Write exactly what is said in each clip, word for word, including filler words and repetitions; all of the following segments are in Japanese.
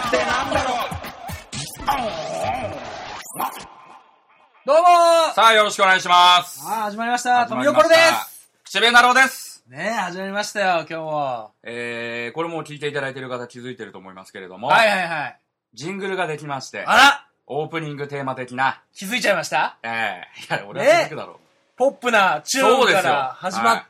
ってなんだろう。 どうもー。 さあ、よろしくお願いします。 あー、始まりました。富よころです。 口笛太郎です。 ねえ、始まりましたよ、今日も。 えー、これも聞いていただいている方気づいてると思いますけれども。 はいはいはい。 ジングルができまして。 あらオープニングテーマ的な。 気づいちゃいました？ ええー、いや、俺は気づくだろう。 ポップなチューンから始まって、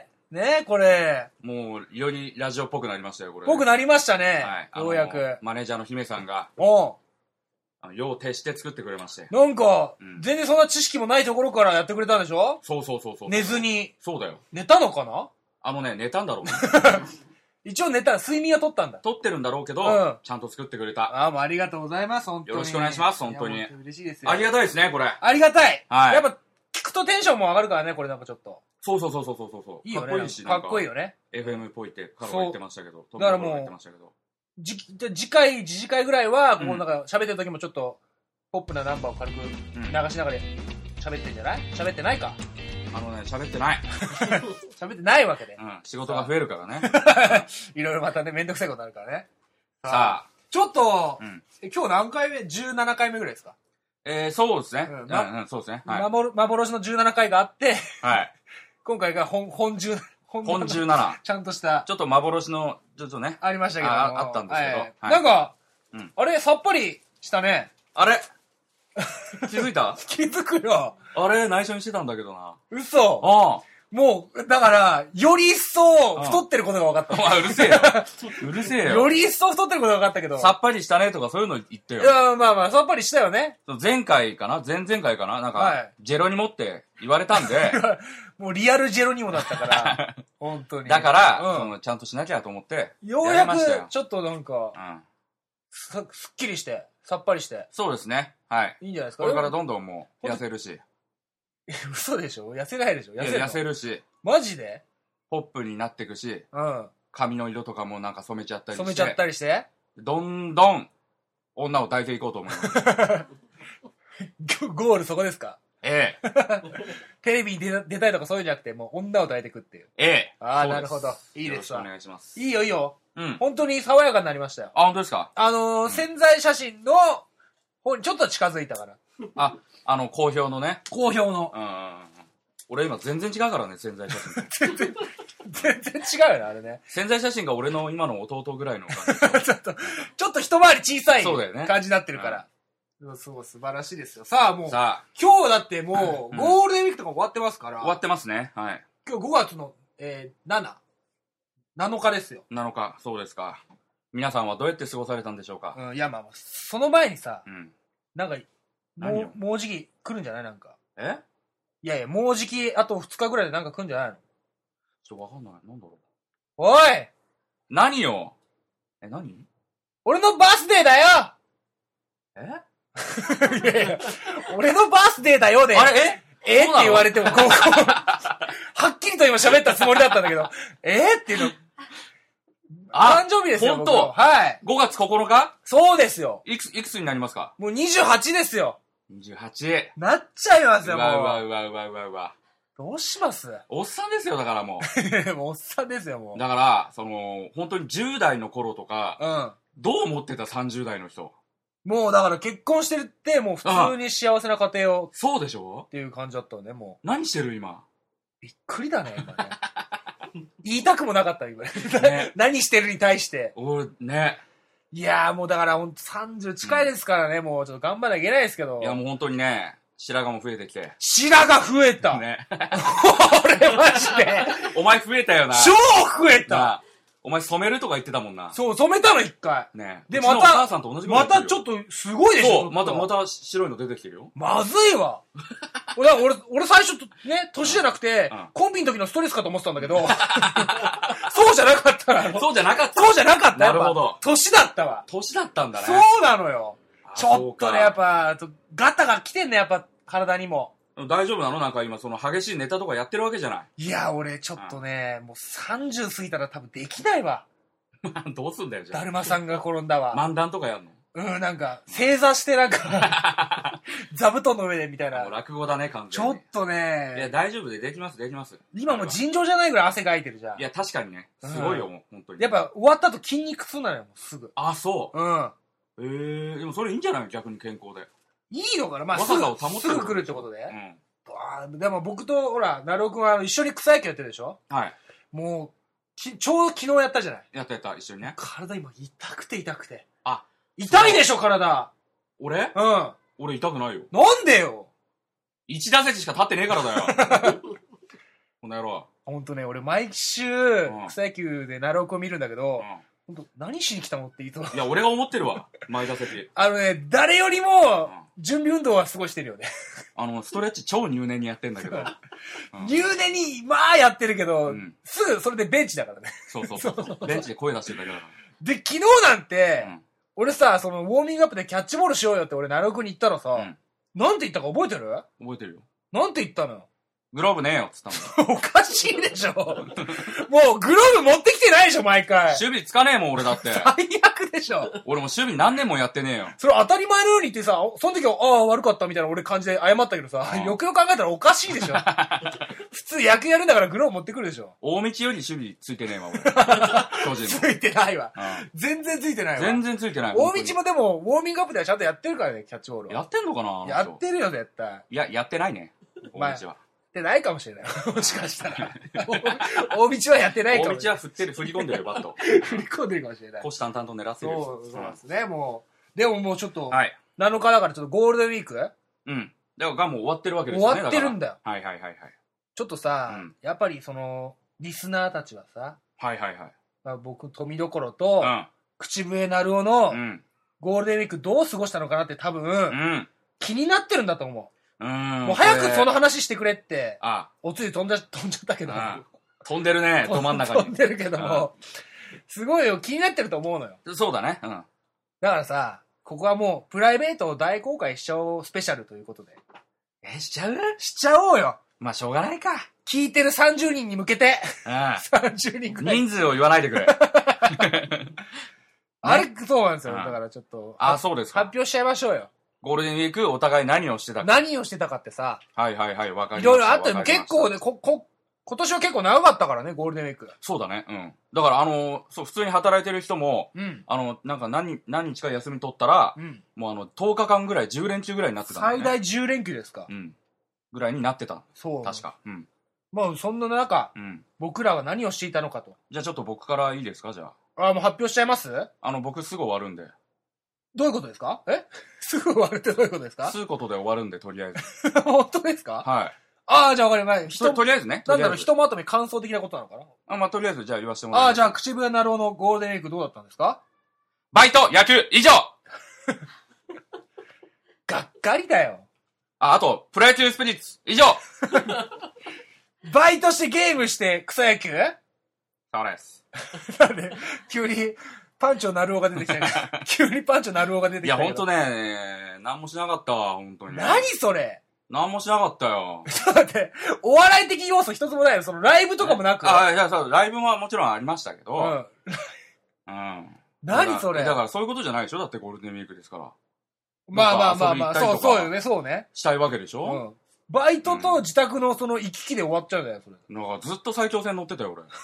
ねえ、これ。 もう、よりラジオっぽくなりましたよ、これ。 ぽくなりましたね。はい。ようやく。 マネージャーの姫さんが。 おう。 用を徹して作ってくれまして。 なんか、うん、全然そんな知識もないところからやってくれたんでしょ？ そうそうそうそう。 寝ずに。 そうだよ。 寝たのかな？ あのね、寝たんだろうね。 一応寝た、睡眠は取ったんだ。 取ってるんだろうけど、うん、ちゃんと作ってくれた。 ああ、もうありがとうございます、本当に。 よろしくお願いします、本当に。 嬉しいですよ。 ありがたいですね、これ。 ありがたい。 はい。 やっぱ、聞くとテンションも上がるからね、これなんかちょっと。 そうそうそうそうそうそう。 いいよね。 かっこいいし、 かっこいいよね。 エフエム っぽいってカロが言ってましたけど。 だからもう、じ、次回、次次回ぐらいは、ここなんか喋ってる時もちょっと、ポップなナンバーを軽く流しながら喋ってんじゃない？喋ってないか。 あのね、喋ってない。 喋ってないわけで。 うん、仕事が増えるからね。 いろいろまたね、めんどくさいことになるからね。 さあ。 ちょっと、うん、今日何回目 ?じゅうなな 回目ぐらいですか？ えー、そうですね。うん、ま、うん、そうですね。 はい、幻のじゅうななかいがあって、 はい。 今回が本、本じゅう、 本じゅうなな。 ちゃんとした。 ちょっと幻の、ちょっとね。 ありましたけど。 あ, あったんですけど。はいはい、なんか、うん、あれ、さっぱりしたね。 あれ気づいた？ 気づくよ。 あれ、内緒にしてたんだけどな。 嘘。 ああ。 もう、だから、より一層太ってることが分かった。 お前、うるせえよ。うるせえよ。 より一層太ってることが分かったけど。 さっぱりしたねとかそういうの言ってよ。 いや、まあまあ、さっぱりしたよね。 前回かな前々回かななんか、はい、ジェロニモって言われたんで。 もうリアルジェロニモだったから。本当に。 だから、うん、そのちゃんとしなきゃと思って。 ようやく、ちょっとなんか、うん、す, すっきりして、さっぱりして。 そうですね。はい。 いいんじゃないですか。 これからどんどんもう、痩せるし。 嘘でしょ？痩せないでしょ？ 痩せる。痩せるし。 マジで？ ポップになっていくし、 うん。 髪の色とかもなんか染めちゃったりして。 染めちゃったりして。 どんどん、女を抱いていこうと思います。 ゴールそこですか？ ええ。 テレビに出, 出たいとかそういうんじゃなくて、もう女を抱いていくっていう。 ええ。 ああ、なるほど。いいですわ。 よろしくお願いします。 いいよいいよ。 うん。 本当に爽やかになりましたよ。 あ、本当ですか？ あのー、潜在写真の方にちょっと近づいたから。 あ、あの、好評のね。 好評の。 うん。俺今全然違うからね、潜在写真。全然、全然違うよね、あれね。 潜在写真が俺の今の弟ぐらいの感じ。 ちょっと、ちょっと一回り小さい感じになってるから。そう、そう、素晴らしいですよ。さあもう、さあ今日だってもう、ゴールデンウィークとか終わってますから。 終わってますね。はい。 今日ごがつの、えー、なな。なのかですよ。 なのか、そうですか。皆さんはどうやって過ごされたんでしょうか？ うん、いやまあ、その前にさ、 うん、 なんか、もう、もうじき来るんじゃないなんか。 えいやいや、もうじき、あとふつかぐらいでなんか来るんじゃないの？ ちょっとわかんない。なんだろう。 おい！ 何よ？え、何？ 俺のバースデーだよ！ えいやいや、俺のバースデーだよで。 あれええって言われても、こう、こう、はっきりと今喋ったつもりだったんだけど、えっていうの、誕生日ですよ、 本当？ はい。 ごがつここのか？ そうですよ。 いくつ、いくつになりますか？ もうにじゅうはちですよ。 にじゅうはち。 なっちゃいますよ、もう。 うわうわうわうわうわ。 どうします？ おっさんですよ、だからもう。もうおっさんですよ、もう。 だから、その、本当にじゅう代の頃とか、 うん。 どう思ってたさんじゅう代の人。 もうだから結婚してるって、もう普通に幸せな家庭を。 そうでしょっていう感じだったよね、もう。何してる今。 びっくりだね、今ね。言いたくもなかった、今。ね、何してるに対して。 俺、ね。 いやーもうだからほんとさんじゅう近いですからね、うん、もうちょっと頑張らなきゃいけないですけど。 いやもう本当にね、白髪も増えてきて。 白髪増えたね。 俺マジで。 お前増えたよな。 超増えたお前染めるとか言ってたもんな。 そう、染めたの一回。 ねで、また、 お母さんと同じまたちょっと、すごいでしょ。 そう、また、また白いの出てきてるよ。 まずいわ。俺、俺、俺最初、ね、年じゃなくて、うん、コンビの時のストレスかと思ってたんだけど、そうじゃなかったの。 そうじゃなかった。 そうじゃなかった。 なるほど。 年だったわ。 年だったんだね。 そうなのよ。ちょっとね、やっぱ、ガタが来てんね、やっぱ、体にも。 大丈夫なの？なんか今その激しいネタとかやってるわけじゃない。 いや、俺ちょっとね、うん、もうさんじゅう過ぎたら多分できないわ。 どうすんだよ、じゃあ。 だるまさんが転んだわ。 漫談とかやんの？ うん、なんか、正座してなんか、座布団の上でみたいな。 もう落語だね、完全に。 ちょっとね。 いや、大丈夫で、できます、できます。 今もう尋常じゃないぐらい汗かいてるじゃん。 いや、確かにね。すごいよ、もう、本当に。 やっぱ、終わった後筋肉痛なのよ、もうすぐ。 あ、そう。 うん。 えー、でもそれいいんじゃない逆に健康で。 いいのかなまあ、 若さを保ってるすぐ、すぐ来るってことで。 うん。 あでも僕と、ほら、なるおくんは一緒に草野球やってるでしょ。 はい。 もう、きちょうど昨日やったじゃない。 やったやった、一緒にね。 体今痛くて痛くて。 あ、 痛いでしょ、体。 俺うん。 俺痛くないよ。 なんでよ。 一打席しか立ってねえからだよ。この野郎。 ほんとね、俺毎週、草野球でなるおくんを見るんだけど、うん、ほんと、何しに来たのって言いそう。 いや、俺が思ってるわ。毎打席。 あのね、誰よりも、準備運動はすごいしてるよね。 あの、ストレッチ超入念にやってんだけど。 うん、入念に、まあやってるけど、うん、すぐそれでベンチだからね。 そうそうそうそう。ベンチで声出してるだけだから。 で、昨日なんて、うん、俺さ、その、ウォーミングアップでキャッチボールしようよって俺、なるおくんに言ったらさ、うん、なんて言ったか覚えてる？ 覚えてるよ。 なんて言ったのよ。 グローブねえよっつったの。おかしいでしょ。もうグローブ持ってきてないでしょ、毎回。 守備つかねえもん、俺だって。 最悪でしょ。 俺も守備何年もやってねえよ。 それ当たり前のように言ってさ、その時は、ああ、悪かったみたいな俺感じで謝ったけどさ、よくよく考えたらおかしいでしょ。普通野球やるんだからグローブ持ってくるでしょ。 大道より守備ついてねえわ、俺。 ついてないわ。全然ついてないわ。 全然ついてない。 大道もでも、ウォーミングアップではちゃんとやってるからね、キャッチボールは。 やってんのかな？ やってるよ、絶対。 いや、やってないね。大道は。 ってないかもしれない。もしかしたら。大道はやってないかもしれない。 大道は振ってる、振り込んでるバット。 振り込んでるかもしれない。 虎視眈々と狙ってる。 そう、そうですね、もう。でももうちょっと、はい、なのかだからちょっとゴールデンウィークうん。だからがもう終わってるわけですよね。 終わってるんだよ。 はいはいはいはい。 ちょっとさ、うん、やっぱりその、リスナーたちはさ、 はいはいはい。 まあ、僕、富所と、うん、口笛なるおの、うん、ゴールデンウィークどう過ごしたのかなって多分、うん、気になってるんだと思う。うんもう早くその話してくれって、ああおつゆ飛んじゃ、飛んじゃったけど。ああ飛んでるね、ど真ん中に。 飛んでるけども、すごいよ、気になってると思うのよ。 そうだね。うん。 だからさ、ここはもう、プライベートを大公開しちゃおうスペシャルということで。 え、しちゃうしちゃおうよ。 まあ、しょうがないか。 聞いてるさんじゅうにんに向けて。ああさんじゅうにんくらい。 人数を言わないでくれ。 あれ、そうなんですよ。だからちょっと。 あ、そうですか。 発表しちゃいましょうよ。 ゴールデンウィークお互い何をしてたか。 何をしてたかってさ。 はいはいはい、わかりました。 いろいろあったよ。結構ね、こ、こ、今年は結構長かったからね、ゴールデンウィーク。 そうだね。うん。だからあの、そう、普通に働いてる人も、うん、あの、なんか何、何日か休み取ったら、うん、もうあの、とおかかんぐらい、じゅう連中ぐらいになってたんだね。 最大じゅう連休ですか。 うん。ぐらいになってた。 そう。 確か。うん。 まあ、そんな中、うん、僕らは何をしていたのかと。 じゃあちょっと僕からいいですか、じゃあ。あ、もう発表しちゃいます？ あの、僕すぐ終わるんで。 どういうことですか？えすぐ終わるってどういうことですか？ 吸うことで終わるんで、とりあえず。 本当ですか？ はい。 ああ、じゃあわかりました。 とりあえずね。 なんだろう、ひとまとめ感想的なことなのかな？ あ、まあ、とりあえずじゃあ言わせてもらいます。 ああ、じゃあ、口笛なるおのゴールデンウィークどうだったんですか？ バイト、野球、以上がっかりだよ。 あ、あと、プロ野球スピリッツ、以上バイトしてゲームして草野球？ そうです。 なんで、急に、パンチョなるおが出てきた急にパンチョなるおが出てきた。 いや、ほんとね、なんもしなかったわ、ほんとに。 何それ？ なんもしなかったよ。 だって、お笑い的要素一つもないよ。そのライブとかもなく。 あ、いや、そう、ライブはもちろんありましたけど。うん。うん。 何それ？ だからそういうことじゃないでしょ？だってゴールデンウィークですから。 まあまあまあまあ、そう、そうよね、そうね。 したいわけでしょ？うん。 バイトと自宅のその行き来で終わっちゃうんだよ、それ。 なんかずっと埼京線乗ってたよ、俺。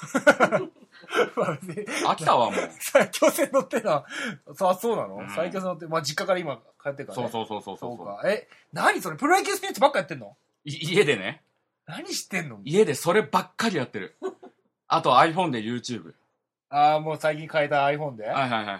飽きたわ、もう。 埼京線乗ってた。そう、そうなの？うん、埼京線乗って、まあ実家から今帰ってるからね。 そうそうそうそうそうか。え、何それ？プロ野球スピリッツばっかやってんの？ 家でね。 何してんの？ 家でそればっかりやってる。あと iPhone で YouTube。 ああ、もう最近変えた iPhone で？ はいはいはいはい。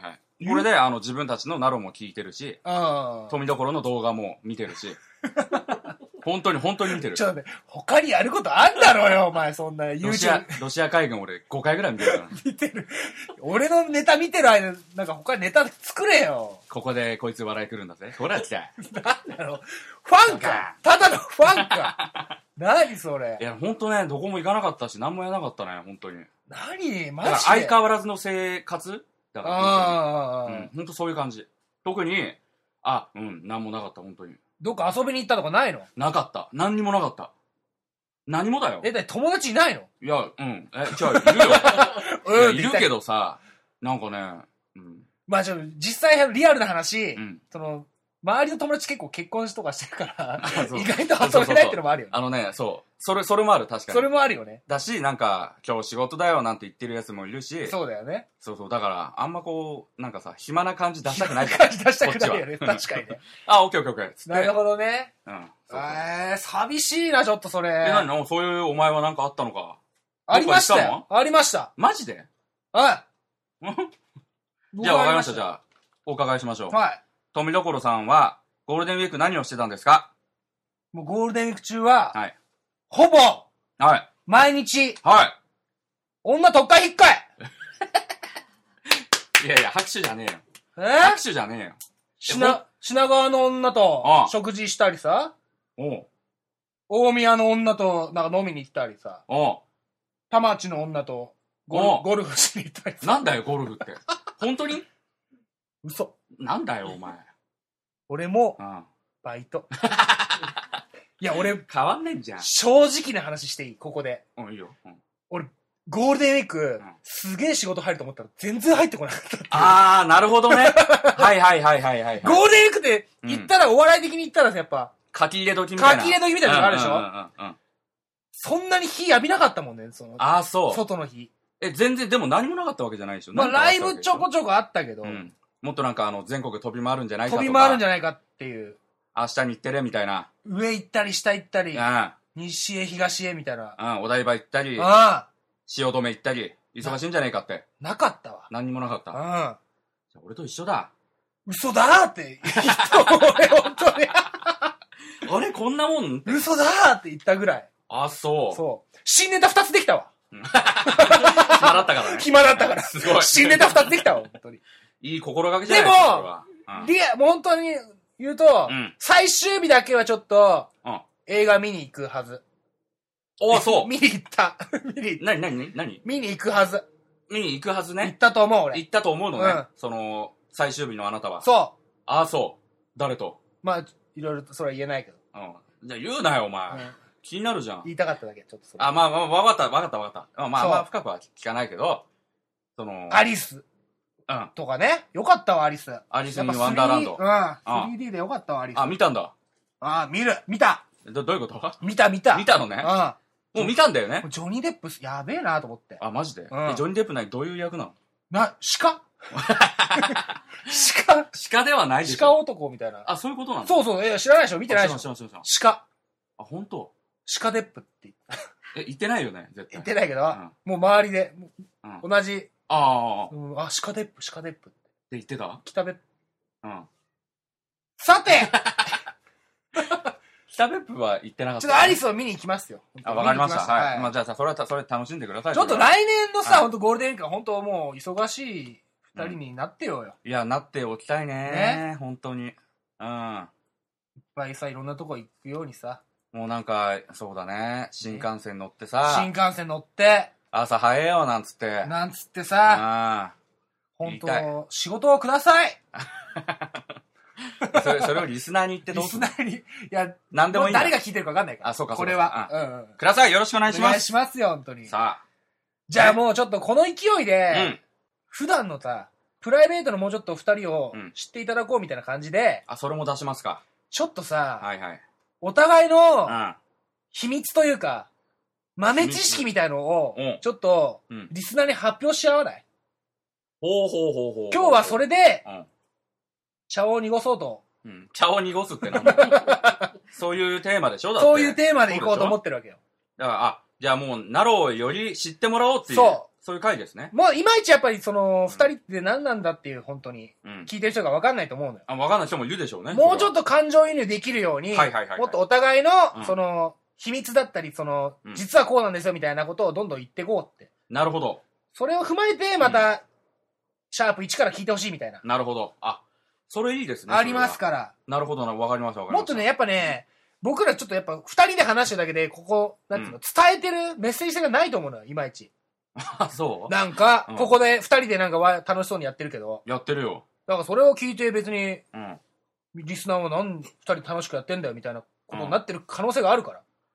これで、あの、自分たちのナロも聞いてるし、富所の動画も見てるし。本当に本当に見てる。 ちょっと待って、他にやることあんだろうよ、お前、そんな YouTube。 ロシア、ロシア海軍俺ごかいぐらい見てるから。 見てる。俺のネタ見てる間、なんか他にネタ作れよ。 ここでこいつ笑い来るんだぜ。ほら来た。 なんだろう。ファンか。ただのファンか。何それ。 いや、ほんとね、どこも行かなかったし、何もやらなかったね、ほんとに。 何マジで。 だから相変わらずの生活だから。 ああ。 うん、ほんとそういう感じ。特に、あ、うん、何もなかった、ほんとに。 どっか遊びに行ったとかないの？ なかった。何にもなかった。何もだよ。 え、だって友達いないの？ いや、うん。え、じゃあ、いるよ。うん、いるけどさ、なんかね、うん。 まあ、ちょっと、実際、リアルな話、うん、その、 周りの友達結構結婚しとかしてるから、意外と遊べないってのもあるよね。 あのね、そう。それ、それもある、確かに。 それもあるよね。 だし、なんか、今日仕事だよなんて言ってるやつもいるし。 そうだよね。 そうそう。だから、あんまこう、なんかさ、暇な感じ出したくないじゃん。感じ出したくないよね。確かにね。 あ、オッケーオッケーオッケー。 なるほどね。 うん。 えー、寂しいな、ちょっとそれ。 え、なにのそういうお前はなんかあったのか。 ありましたよ。ありました。 マジではい。 じゃあわかりました、じゃあ。お伺いしましょう。 はい。 富所さんは、ゴールデンウィーク何をしてたんですか？ もうゴールデンウィーク中は、 はい。 ほぼ、 はい。 毎日、 はい。 女特会引っかいいやいや、拍手じゃねえよ。 え拍手じゃねえよ。 品、品川の女と食事したりさ、 おう。 大宮の女となんか飲みに行ったりさ、 おう。 田町の女とゴルゴルフしに行ったりさ。 なんだよ、ゴルフって。本当に嘘。 なんだよ、お前。 俺も、バイト。いや、俺、 変わんねんじゃん。 正直な話していいここで。 うん、いいよ。うん、 俺、ゴールデンウィーク、うん、すげえ仕事入ると思ったら全然入ってこなかったって。 あー、なるほどね。はいはいはいはいはい。 ゴールデンウィークって言ったら、うん、お笑い的に言ったらやっぱ、 書き入れ時みたいな。 書き入れ時みたいなのがあるでしょ、うんうんうんうん、そんなに火浴びなかったもんね、その。 あー、そう。 外の火。 え、全然、でも何もなかったわけじゃないでしょ。 まあ、ライブちょこちょこあったけど、うん、 もっとなんかあの、全国飛び回るんじゃないかとか。 飛び回るんじゃないかっていう。 明日に行ってるみたいな。 上行ったり下行ったり、うん、西へ東へみたいな。 うん、お台場行ったり、汐留行ったり、忙しいんじゃねえかって。 なかったわ。 何にもなかった。うん。じゃあ俺と一緒だ。 嘘だーって言った俺、本当に。 あれこんなもん嘘だーって言ったぐらい。 あ、そう。 そう。新ネタ二つできたわ。 暇だったからね。 暇だったから。 すごい。 新ネタ二つできたわ、本当に。 いい心がけじゃないですか。でも、うん、リア、もう本当に言うと、うん、最終日だけはちょっと、うん、映画見に行くはず。 おー、そう。 見に行った。見に行った。 なになになに見に行くはず。 見に行くはずね。 行ったと思う、俺。 行ったと思うのね。うん、その、最終日のあなたは。 そう。 ああ、そう。誰と？ まあ、いろいろとそれは言えないけど。 うん。じゃあ言うなよ、お前。うん、気になるじゃん。 言いたかっただけ、ちょっとそれ。 あ、まあまあ、わかった、わかった、わかった。まあまあ、深くは聞かないけど、その、 アリス。うん。とかね。よかったわ、アリス。 アリス・イン・ワンダーランド。 うん。スリーディー でよかったわ、アリス。 あ、見たんだ。 あ、見る。見た。 ど、どういうこと見た、見た。 見たのね。うん。もう見たんだよね。 ジョニー・デップ、やべえなと思って。 あ、マジで、うん、え、ジョニー・デップないどういう役なの？ な、鹿鹿鹿ではないでしょ。 鹿男みたいな。 あ、そういうことなの？ そうそう。え、知らないでしょ見てないでしょ。 知らん知らん知らん。 鹿。 あ、本当？ 鹿デップって言った。 え、言ってないよね絶対。 言ってないけど、うん、もう周りで、うん、同じ。 ああ、 うん。あ、鹿デップ、鹿デップって。って言ってた？ 北別。 うん。 さて北別府は行ってなかった、 ね。ちょっとアリスを見に行きますよ。 あ、わかりました。はい。はい、まあじゃあさ、それは、それ楽しんでください。 ちょっと来年のさ、はい、ほんとゴールデンウィークは本当もう忙しい二人になってよよ、 うん。いや、なっておきたいね。ね。本当に。うん。いっぱいさ、いろんなとこ行くようにさ。 もうなんか、そうだね。新幹線乗ってさ。 新幹線乗って。 朝早えよ、なんつって。 なんつってさ。うん。本当仕事をくださいそれ、それをリスナーに言ってどうする？ リスナーに、いや、 なんでもいいんだ。 誰が聞いてるか分かんないから。 あ、そうか、 これは。うんうん。 ください、よろしくお願いします。お願いしますよ、本当に。 さあ。 じゃあもうちょっとこの勢いで、うん、普段のさ、プライベートのもうちょっと二人を知っていただこうみたいな感じで、 うん、あ、それも出しますか。 ちょっとさ、 はいはい。 お互いの秘密というか、豆知識みたいのを、ちょっと、リスナーに発表し合わない？ ほうほうほうほう。 今日はそれで、うん、茶を濁そうと。 うん、茶を濁すってなんだそういうテーマでしょだって。 そういうテーマでいこうと思ってるわけよ。 だから、あ、じゃあもう、ナローをより知ってもらおうっていう。そう。そういう回ですね。 もういまいちやっぱりその、二人って何なんだっていう本当に、聞いてる人が分かんないと思うのよ。 あ、分かんない人もいるでしょうね。 もうちょっと感情移入できるように、 はいはいはい。 もっとお互いの、その、秘密だったり、その、実はこうなんですよみたいなことをどんどん言っていこうって。 なるほど。 それを踏まえて、また、シャープいちから聞いてほしいみたいな。 なるほど。あ、それいいですね。 ありますから。 なるほどな、わかりましたわかりました。 もっとね、やっぱね、僕らちょっとやっぱ二人で話してるだけで、ここ、なんていうの、伝えてるメッセージ性がないと思うのよ、いまいち。 あ、そうなんか、ここで二人でなんか楽しそうにやってるけど。 やってるよ。 だからそれを聞いて別に、リスナーは何、二人楽しくやってんだよみたいなことになってる可能性があるから。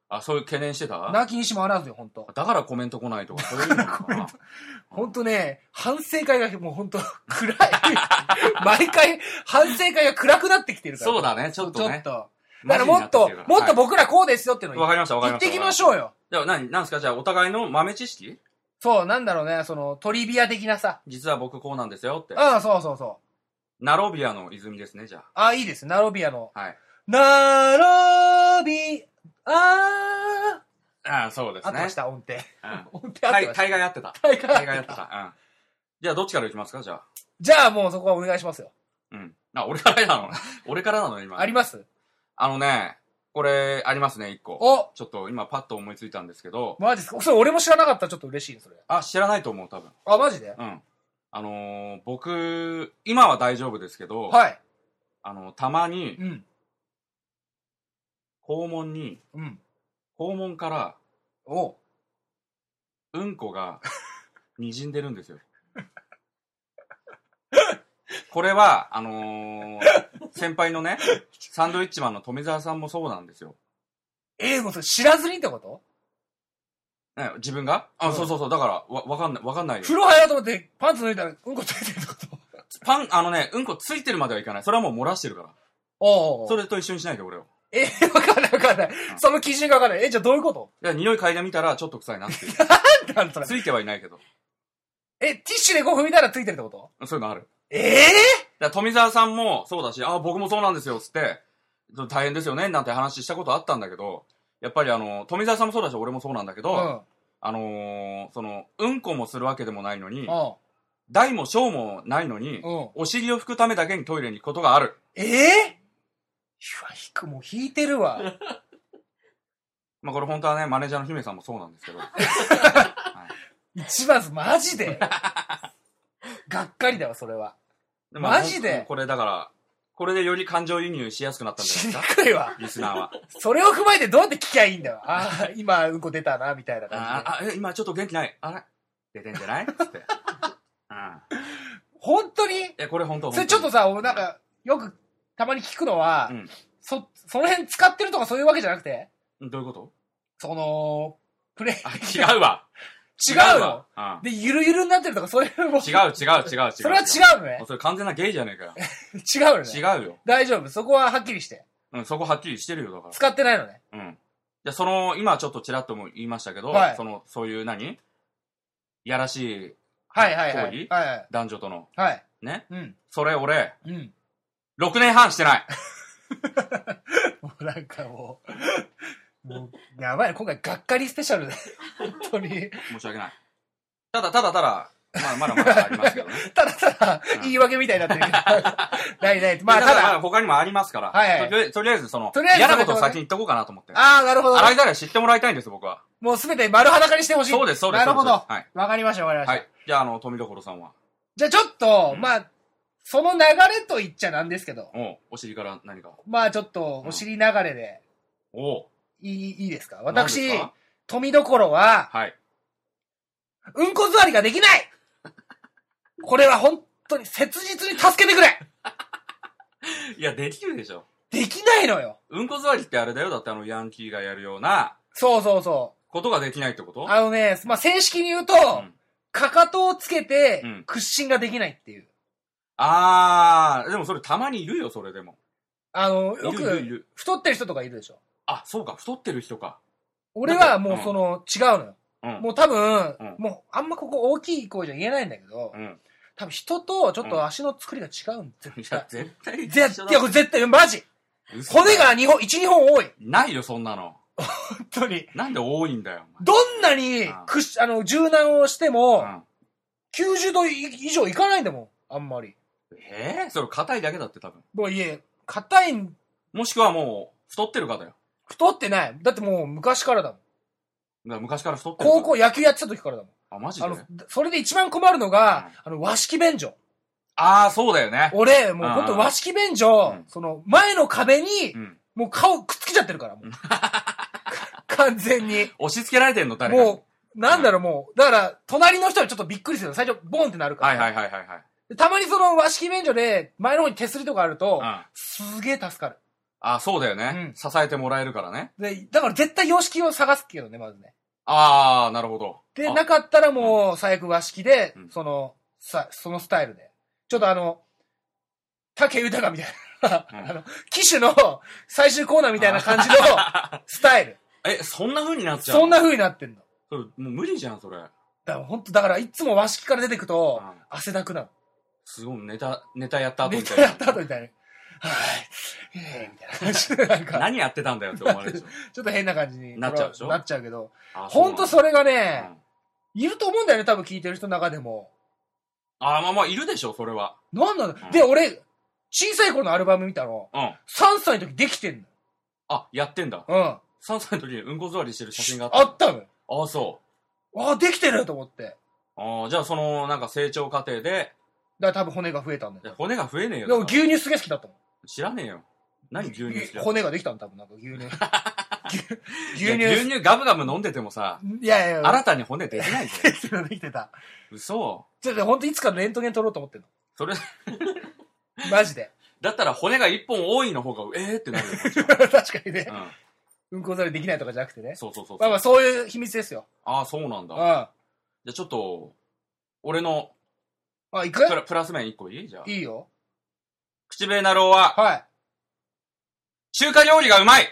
あ、そういう懸念してた？ 泣きにしもあらずよ、ほんと。 だからコメント来ないとか、そういうのかな。 ほんとね、反省会がもうほんと暗い。毎回反省会が暗くなってきてるから。 そうだね、ちょっとね。 ちょっと。だからもっと、もっと僕らこうですよっていうのをわかりました、わかりました。 言ってきましょうよ。 じゃあ何、なんすか？じゃあお互いの豆知識？ そう、なんだろうね、その、トリビア的なさ。 実は僕こうなんですよって。 ああ、そうそうそう。 ナロビアの泉ですね、じゃあ。 ああ、いいです。ナロビアの。 はい。 ナロビアー。 ああ、そうですね。 あってました、音程。 うん、音程あってました。大概やってた。 大概やってた。うん。じゃあどっちからいきますか、じゃあ。 じゃあもうそこはお願いしますよ。 うん。あ、俺からなの俺からなの今。 あります？ あのね、これ、ありますね、一個。 おちょっと今パッと思いついたんですけど。 マジですか？それ俺も知らなかったらちょっと嬉しいね、それ。 あ、知らないと思う、多分。 あ、マジで？ うん。あのー、僕、今は大丈夫ですけど、 はい。 あの、たまに、 うん。 肛門に、 うん。 肛門から、 おうんこが、滲んでるんですよ。これは、あのー、先輩のね、サンドウィッチマンの富澤さんもそうなんですよ。 えー、もうそれ知らずにってこと？ ね、自分があ、うん、そうそうそう。だから、わ、わかんない、わかんないよ。 風呂入ろうと思って、パンツ脱いだら、うんこついてるってこと？ パン、あのね、うんこついてるまではいかない。それはもう漏らしてるから。 おうおう。 それと一緒にしないで、俺を。 えー、わかんないわかんない、うん。その基準がわかんない。え、じゃあどういうこと？ いや、匂い嗅いでみたら、ちょっと臭いなっていう。 なんそれ。 ついてはいないけど。 え、ティッシュでこう踏みたらついてるってこと？ そういうのある。 ええー、 だ富澤さんもそうだし、あ、僕もそうなんですよ、つって、大変ですよね、なんて話したことあったんだけど、やっぱりあの、富澤さんもそうだし、俺もそうなんだけど、うん、あのー、その、うんこもするわけでもないのに、うん、大も小もないのに、うん、お尻を拭くためだけにトイレに行くことがある。 ええー、引く、もう引いてるわ。 まあこれ本当はね、マネージャーの姫さんもそうなんですけど。はい、 一番マジでがっかりだわ、それは。マジでこれだから、これでより感情移入しやすくなったんじゃないですか。 しにくいわ。 リスナーは。 それを踏まえてどうやって聞きゃいいんだよ。ああ、今うんこ出たな、みたいな感じで。 ああ、え、今ちょっと元気ない。あれ出てんじゃないつって。うん。 本当に？ え、これ本当それちょっとさ、なんか、よくたまに聞くのは、うん、そ、その辺使ってるとかそういうわけじゃなくて？ どういうこと？ その、プレイ。 あ、違うわ。 違うの、うん、で、ゆるゆるになってるとかそういうのも。 違う違う違う違う。 それは違うのね。 それ完全なゲイじゃねえかよ。 違うのね。 違うよ。 大丈夫。そこははっきりして。 うん、そこはっきりしてるよ、だから。 使ってないのね。 うん。じゃその、今ちょっとちらっとも言いましたけど、はい、その、そういう何やらしい、 はいはいはい。 行為、 はいはい、 男女との。 はい。 ね。 うん。 それ俺、 うん。 ろくねんはんしてない。 もうなんかもう、もう、やばいね。今回がっかりスペシャルで。本当に。 申し訳ない。ただただただ、まあまだまだありますけどね。 ただただ、言い訳みたいになってるけど。ないない。 まあただ、他にもありますから。 はいはい。 とりあえず、とりあえずその、嫌なことを先に言っとこうかなと思って。 ああ、なるほど。 洗いざらい知ってもらいたいんです、僕は。 もうすべて丸裸にしてほしい。 そうです、そうです。 なるほど。 はい。 わかりました、わかりました。はい。 じゃあ、あの、富所さんは。 じゃあちょっと、まあ、その流れと言っちゃなんですけど。 おお尻から何か。 まあちょっと、お尻流れで。 おいい、いいですか？私、富所は、 はい。 うんこ座りができないこれは本当に切実に助けてくれいや、できるでしょ。 できないのよ。 うんこ座りってあれだよ。だってあの、ヤンキーがやるような。 そうそうそう。 ことができないってこと？ あのね、まあ、正式に言うと、うん、かかとをつけて、屈伸ができないっていう。 あー、でもそれたまにいるよ、それでも。 あの、よく、太ってる人とかいるでしょ。 あ、そうか、太ってる人か。 俺はもうその、違うのよ。うん、もう多分、うん、もうあんまここ大きい声じゃ言えないんだけど、うん、多分人とちょっと足の作りが違うん絶対。いや、 絶対。 絶対、これ絶対、マジ骨がにほん、いち、にほん多い。 ないよ、そんなの。 本当に。 なんで多いんだよ。 どんなに、くし、あの、柔軟をしても、うん、きゅうじゅうど以上いかないんだもん、あんまり。 ええー、それ硬いだけだって多分。 もういえ、硬い。 もしくはもう、太ってるかだよ。 太ってない。だってもう昔からだもん。 だ昔から太ってる。 高校野球やってた時からだもん。 あ、マジで？ あの、それで一番困るのが、うん、あの、和式便所。 ああ、そうだよね。 俺、もうほんと和式便所、うん、その、前の壁に、うん、もう顔くっつけちゃってるから、もう。完全に。 押し付けられてんの誰か。 もう、なんだろう、もう。だから、隣の人はちょっとびっくりする。最初、ボンってなるから。 はいはいはいはい、はい。 たまにその和式便所で、前の方に手すりとかあると、うん、すげえ助かる。 あ、そうだよね、うん。支えてもらえるからね。 で、だから絶対洋式を探すけどね、まずね。 あー、なるほど。 で、なかったらもう、最悪和式で、うん、その、さ、そのスタイルで。ちょっとあの、竹豊みたいな、うん、あの、機種の最終コーナーみたいな感じのスタイル。 え、そんな風になっちゃうの？ そんな風になってんの。 それ、もう無理じゃん、それ。だからほんと、だからいつも和式から出てくと、うん、汗だくなの。 すごい、ネタ、ネタやった後みたいな。ネタやった後みたいな。はい、えー、みたいな感じで、なんか。 何やってたんだよって思われるでしょ。 ちょっと変な感じになっちゃうでしょ？ なっちゃうけど。ほんとそれがね、うん、いると思うんだよね、多分聞いてる人の中でも。 ああ、まあまあ、いるでしょ、それは。 なんなんだ、うん、で、俺、小さい頃のアルバム見たの、うん、さんさいの時できてんの。 あ、やってんだ。 うん。 さんさいの時にうんこ座りしてる写真があった。 あったのよ。 ああ、そう。 ああ、できてると思って。 ああ、じゃあその、なんか成長過程で。 だから多分骨が増えたんだよ。 骨が増えねえよ。 でも牛乳すげえ好きだったもん。 知らねえよ。何牛乳好きだった？ 骨ができたの多分なんか牛乳。 牛乳。牛乳ガブガブ飲んでてもさ。 いやいや新たに骨できないじゃん。できてた。 嘘。 ちょっとほんといつかレントゲン取ろうと思ってんの。 それ。 マジで。 だったら骨が一本多いの方が、えーってなるよ。 確かにね。うん。うんこざりできないとかじゃなくてね。 そうそうそう。 まあまあそういう秘密ですよ。 ああ、そうなんだ。 うん。じゃあちょっと、俺の、 あ、いく？ プラ、プラス面一個いい？じゃあ。 いいよ。 口笛なろうは、 はい。 中華料理がうまい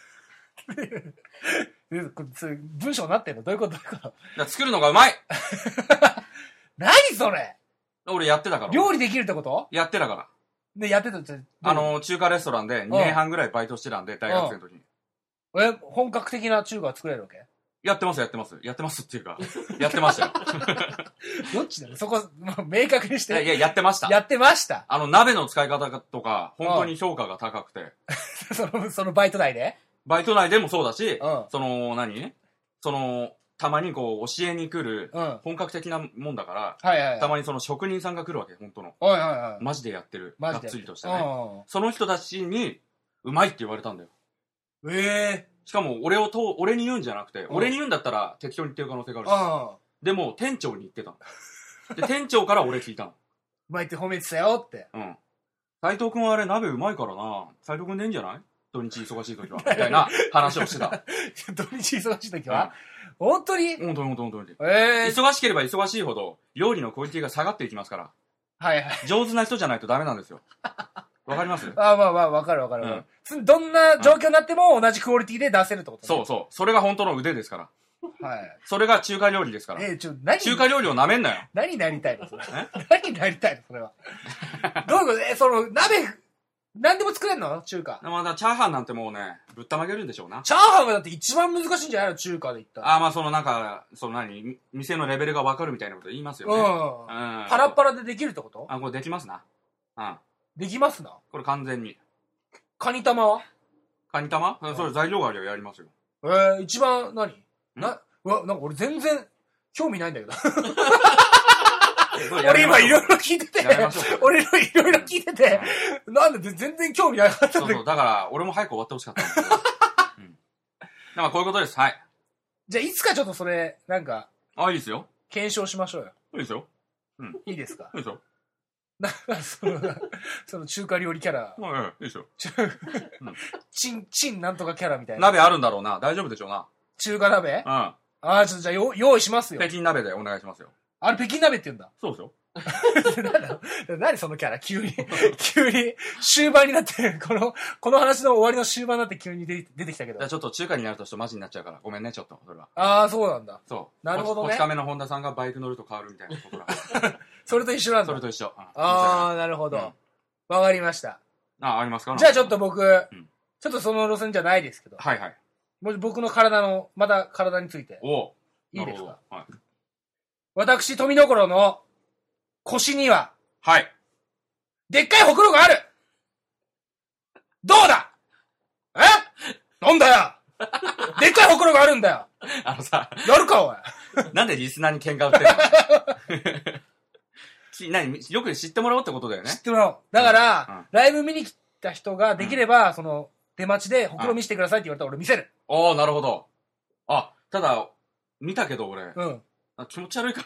文章になってんの？どういうこと？どういうこと？ 作るのがうまい何それ？ 俺やってたから。 料理できるってこと？ やってたから。 で、やってたって。 あの、中華レストランでにねんはんぐらいバイトしてたんで、大学生の時に。 え、本格的な中華作れるわけ？ やってます、やってます。やってますっていうか、やってましたよ。 どっちだよそこ、もう明確にして。 いや、やってました。 やってました。 あの、鍋の使い方とか、本当に評価が高くて。 その、そのバイト内で？ バイト内でもそうだし、うん、その、何その、たまにこう、教えに来る、本格的なもんだから、 はいはいはい、 たまにその職人さんが来るわけ、本当の。 はいはいはい、 マジでやってる。がっつりとしてね。その人たちに、うまいって言われたんだよ。 ええー。 しかも、俺をと、俺に言うんじゃなくて、俺に言うんだったら適当に言ってる可能性があるし。でも、店長に言ってたの。で、店長から俺聞いたの。 うまいって褒めてたよって。 うん。斉藤くんはあれ鍋うまいからな。斉藤くんでいいんじゃない？土日忙しい時は。みたいな話をしてた。 土日忙しい時は、うん、本当に本当に本当に本当に。えー、 忙しければ忙しいほど、料理のクオリティが下がっていきますから。 はいはい。 上手な人じゃないとダメなんですよ。わかります？ ああ、まあまあ、わかるわかる、うん。どんな状況になっても同じクオリティで出せるってことね。 そうそう。それが本当の腕ですから。 はい。 それが中華料理ですから。 えー、ちょ、何中華料理を舐めんなよ。 何になりたいのそれ。何になりたいのそれは。どういうこと？え、その、鍋、何でも作れんの中華。 まだチャーハンなんてもうね、ぶったまげるんでしょうな。 チャーハンがだって一番難しいんじゃないの中華で言ったら。 ああ、まあそのなんか、その何、店のレベルがわかるみたいなこと言いますよね。うん。 うん。パラッパラでできるってこと？ あ、これできますな。うん。 できますな。 これ完全に。 カニ玉は？ カニ玉？うん、それ材料がありゃやりますよ。 えー、一番何？な、うわ、なんか俺全然興味ないんだけど。俺今いろいろ聞いてて、俺いろいろ聞いてて、なんで全然興味なかったんだけど。 そうそう、だから俺も早く終わってほしかったんですけど。うん。まあこういうことです、はい。 じゃあいつかちょっとそれ、なんか。 あ、いいですよ。 検証しましょうよ。 いいですよ。 うん。いいですか？ いいですよ。 な、その、その中華料理キャラ。 はい、いいですよ。 チン、チンなんとかキャラみたいな。 鍋あるんだろうな。大丈夫でしょうな。 中華鍋？ うん。ああ、ちょっとじゃあ用意しますよ。 北京鍋でお願いしますよ。 あれ北京鍋って言うんだ。 そうですよ。 何そのキャラ急に、急に、終盤になって、この、この話の終わりの終盤になって急に出出てきたけど。 じゃあちょっと中華になるとちょっとマジになっちゃうから、ごめんね、ちょっと、それは。 ああ、そうなんだ。 そう。 なるほどね。 こち亀の本田さんがバイク乗ると変わるみたいなことだ。 それと一緒なんだ。 それと一緒。うん、 ああ、なるほど。わ、うん、かりました。 あ、ありますか？ じゃあちょっと僕、うん、ちょっとその路線じゃないですけど。 はいはい。 もし僕の体の、また体について。 おいいですか？ はい。 私、富所の腰には、 はい。 でっかいほくろがある！どうだ！え？なんだよ！でっかいほくろがあるんだよ！ あのさ、 やるかおい！ なんでリスナーに喧嘩売ってんの？何よく知ってもらおうってことだよね。 知ってもらおう。だから、うんうん、ライブ見に来た人ができれば、うん、その、出待ちでほくろ見せてくださいって言われたら俺見せる。 ああ、なるほど。あ、ただ、見たけど俺、 うん、 気持ち悪いから。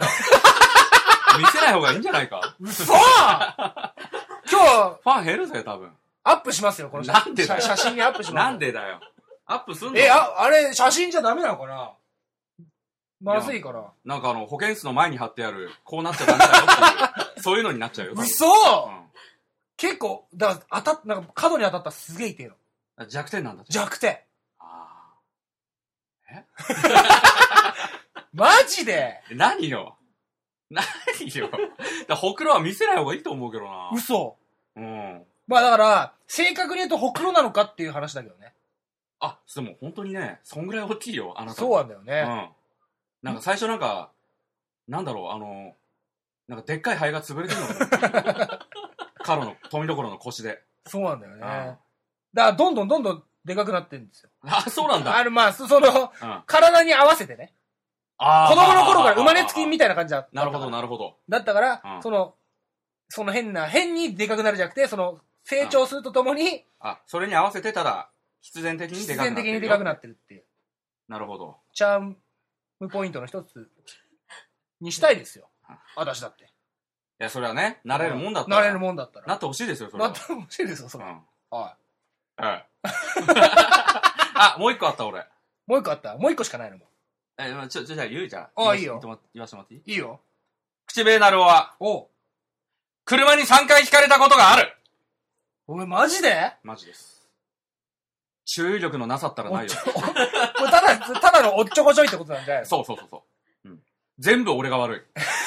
見せない方がいいんじゃないか。 嘘今日、 ファン減るぜ、多分。 アップしますよ、この写なんでだよ写真にアップします。 なんでだよ。アップすんの？ え、あ、あれ、写真じゃダメなのかな？まずいかな。 なんかあの、保健室の前に貼ってある、こうなっちゃダメだよっていう、そういうのになっちゃうよ。 嘘、うん、結構、だから、当たっ、なんか角に当たったらすげえ痛いの。 弱点なんだって。 弱点。 ああ。えマジで何よ何よだほくろは見せない方がいいと思うけどな。 嘘。 うん。 まあだから、正確に言うとほくろなのかっていう話だけどね。 あ、でも本当にね、そんぐらい大きいよ、あなた。 そうなんだよね。 うん。なんか最初なんか、なんだろう、あの、なんかでっかい肺が潰れてるのかカロの、富所の腰で。 そうなんだよね。だからどんどんどんどんでかくなってるんですよ。 あ、そうなんだ。 あの、まあ、その、うん、体に合わせてね。あ子供の頃から生まれつきみたいな感じだった。 なるほど、なるほど。 だったから、うん、その、その変な、変にでかくなるじゃなくて、その、成長するとともに、 あ、それに合わせてただ、必然的にでかくなってる。 必然的にでかくなってるっていう。 なるほど。 チャームポイントの一つにしたいですよ。私だって。いや、それはね、なれるもんだったら。 なれるもんだったら。 なってほしいですよ、それは。 なってほしいですよ、それ。うん、はい。 はい。あ、もう一個あった、俺。 もう一個あった。もう一個しかないのも。 え、ちょ、ちょ、じゃあ言うじゃん。 ああ、いいよ。 言わせてもらっていい？ いいよ。 口笛なるおは、 おう。 車にさんかいひかれたことがある。 お前マジで？ マジです。注意力のなさったらないよ。 これただ、ただのおっちょこちょいってことなんじゃないの？ そうそうそうそう。うん。全部俺が悪い。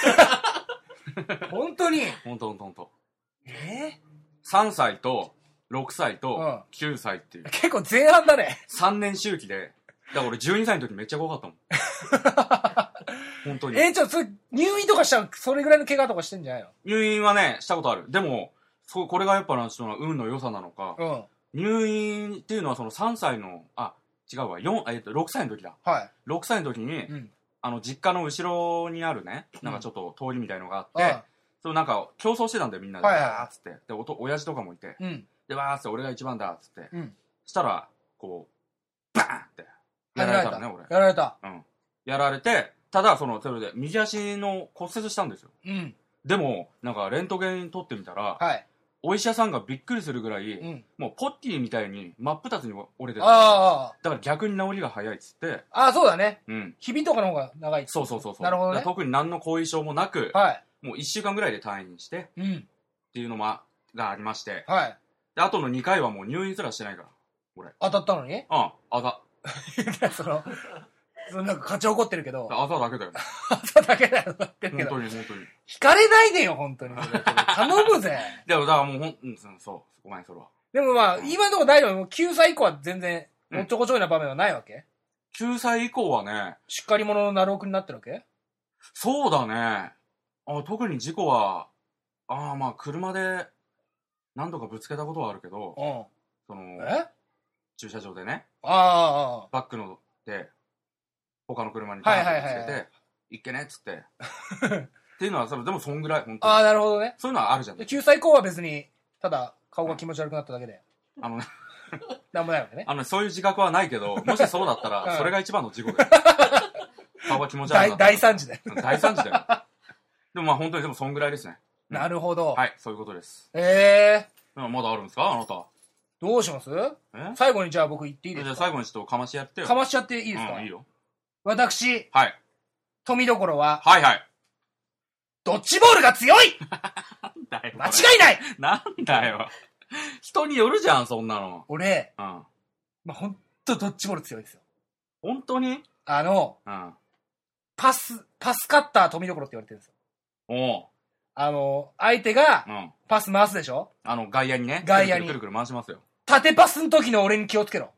本当に？ 本当本当本当。 えー、 さんさいとろくさいときゅうさいっていう。 うん、結構前半だね。 さんねん周期で。だから俺じゅうにさいの時めっちゃ怖かったもん。本当に。 えー、ちょっと入院とかしたらそれぐらいの怪我とかしてんじゃないの？ 入院はね、したことある。でも、そこれがやっぱな、その運の良さなのか、うん、入院っていうのはそのさんさいの、あ、違うわ、よん、えっと、ろくさいの時だ。 はい。 ろくさいの時に、うん、あの、実家の後ろにあるね、なんかちょっと通りみたいのがあって、うん、そのなんか競争してたんだよ、みんなで。はいはいはい、わーっつって。で、おと、親父とかもいて、うん、で、わーっつって、俺が一番だ、っつって。うん、したら、こう、バーンって、やられたのね、俺。 やられた。 うん。やられて、ただ、その、それで、右足の骨折したんですよ。うん。でも、なんか、レントゲン撮ってみたら、はい。お医者さんがびっくりするぐらい、うん、もうポッキーみたいに真っ二つに折れてた。ああ。だから逆に治りが早いっつって。 ああ、そうだね。うん。日々とかの方が長いっつって。 そうそうそうそう。 なるほどね。 特に何の後遺症もなく、はい。もういっしゅうかんぐらいで退院して、うん。っていうのも、がありまして。はい。で、あとのにかいはもう入院すらしてないから、俺。 当たったのに？ うん、あざ。 その、そのなんか勝ち怒ってるけど。 あざだけだよ。 あざだけだよ、だってるけど。 本当に本当に。 引かれないでよ、本当に。頼むぜ。 でも、だからもうほん、うん、そう、ごめん、それは。 でもまあ、今のところ大丈夫。きゅうさい以降は全然、おっちょこちょいな場面はないわけ、うん、 きゅうさい以降はね。 しっかり者のなるおくになってるわけ？ そうだね。あ、特に事故は、ああ、まあ、車で何度かぶつけたことはあるけど、うん、その、え駐車場でね。ああ。バックので、他の車にぶつけて、はいはいはいはい、いっけねっつって。っていうのは、それでもそんぐらい、本当に。 ああ、なるほどね。 そういうのはあるじゃん。 きゅうさい以降は別に、ただ、顔が気持ち悪くなっただけで。 あのね。 なんもないわけね。 あのね、そういう自覚はないけど、もしそうだったら、それが一番の事故だよ。顔が気持ち悪くなった。 大惨事だよ。 大惨事だよ。でもまあ本当にでもそんぐらいですね。 うん、なるほど。 はい、そういうことです。 ええー。まだあるんですかあなた。 どうします？最後にじゃあ僕言っていいですか？ じゃあ最後にちょっとかましやってよ。 かましやっていいですか？ うん、いいよ。 私、 はい。 富所は、 はいはい。 ドッジボールが強いなんだよ。 間違いないなんだよ。人によるじゃん、そんなの。 俺、うん。まあ、ほんとドッジボール強いですよ。 本当に？ あの、うん。パス、パスカッター富所って言われてるんですよ。おう。あの、相手が、パス回すでしょ？ あの、外野にね。 外野に。 くるくる回しますよ。 縦パスの時の俺に気をつけろ。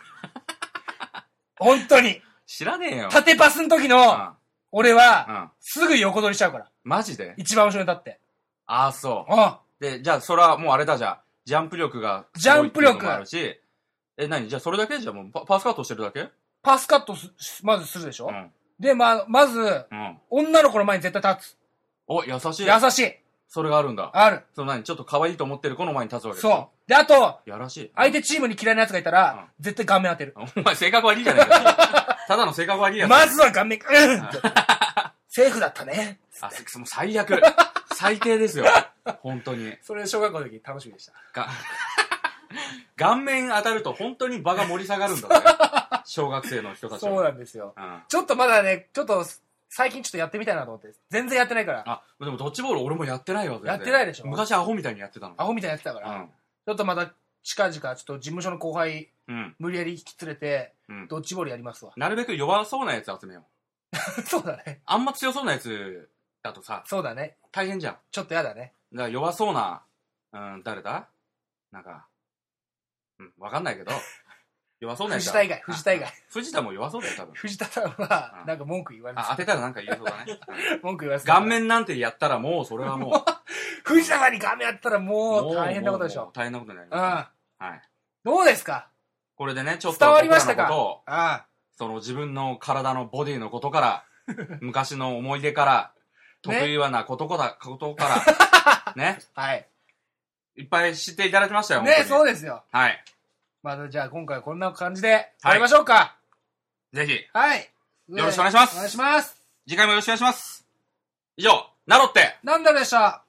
本当に。 知らねえよ。 縦パスの時の、俺は、すぐ横取りしちゃうから。 マジで？ 一番後ろに立って。 ああ、そう。うん。で、じゃあ、それはもうあれだじゃん。ジャンプ力がジャンプ力もあるし、え、何じゃあそれだけじゃあもうパ、パスカットしてるだけ？ パスカットす、まずするでしょ？うん。で、ま、まず、うん、女の子の前に絶対立つ。 お、優しい。 優しい。 それがあるんだ。 ある。 その何ちょっと可愛いと思ってる子の前に立つわけでしょ？そう。 で、あと、 やらしい。 相手チームに嫌いな奴がいたら、うん、絶対顔面当てる。 お前性格悪いじゃないか。ただの性格悪いやつ。 まずは顔面、うんって。セーフだったね。 あ、もう最悪。最低ですよ。本当に。 それ小学校の時楽しみでした。が顔面当たると本当に場が盛り下がるんだね。小学生の人たちは。 そうなんですよ。うん、ちょっとまだね、ちょっと、最近ちょっとやってみたいなと思って。全然やってないから。 あ、でもドッジボール俺もやってないわ。 やってないでしょ。 昔アホみたいにやってたの。 アホみたいにやってたから。うん、ちょっとまた近々、ちょっと事務所の後輩、うん、無理やり引き連れて、うん、ドッジボールやりますわ。 なるべく弱そうなやつ集めよう。そうだね。 あんま強そうなやつだとさ。 そうだね。 大変じゃん。 ちょっとやだね。 だから弱そうな、うん、誰だなんか、うん、わかんないけど、弱そうなやつ。 藤田以外、藤田以外。 藤田も弱そうだよ、多分。 藤田さんは、なんか文句言われて、 うん、あ、当てたらなんか言いそうだね。 文句言われて。 顔面なんてやったらもう、それはもう。 藤田さんに顔面やったらもう大変なことでしょ。 大変なことになります。はい。 どうですかこれでね、ちょっと伝わりましたかああその自分の体のボディのことから、昔の思い出から、得意なことから、ことから、ね。 はい。 いっぱい知っていただきましたよ。 ね、そうですよ。 はい。 またじゃあ今回はこんな感じで、やりましょうか。 ぜひ。 はい。 よろしくお願いします。 お願いします。 次回もよろしくお願いします。以上、ナロって。 なんだろうでした。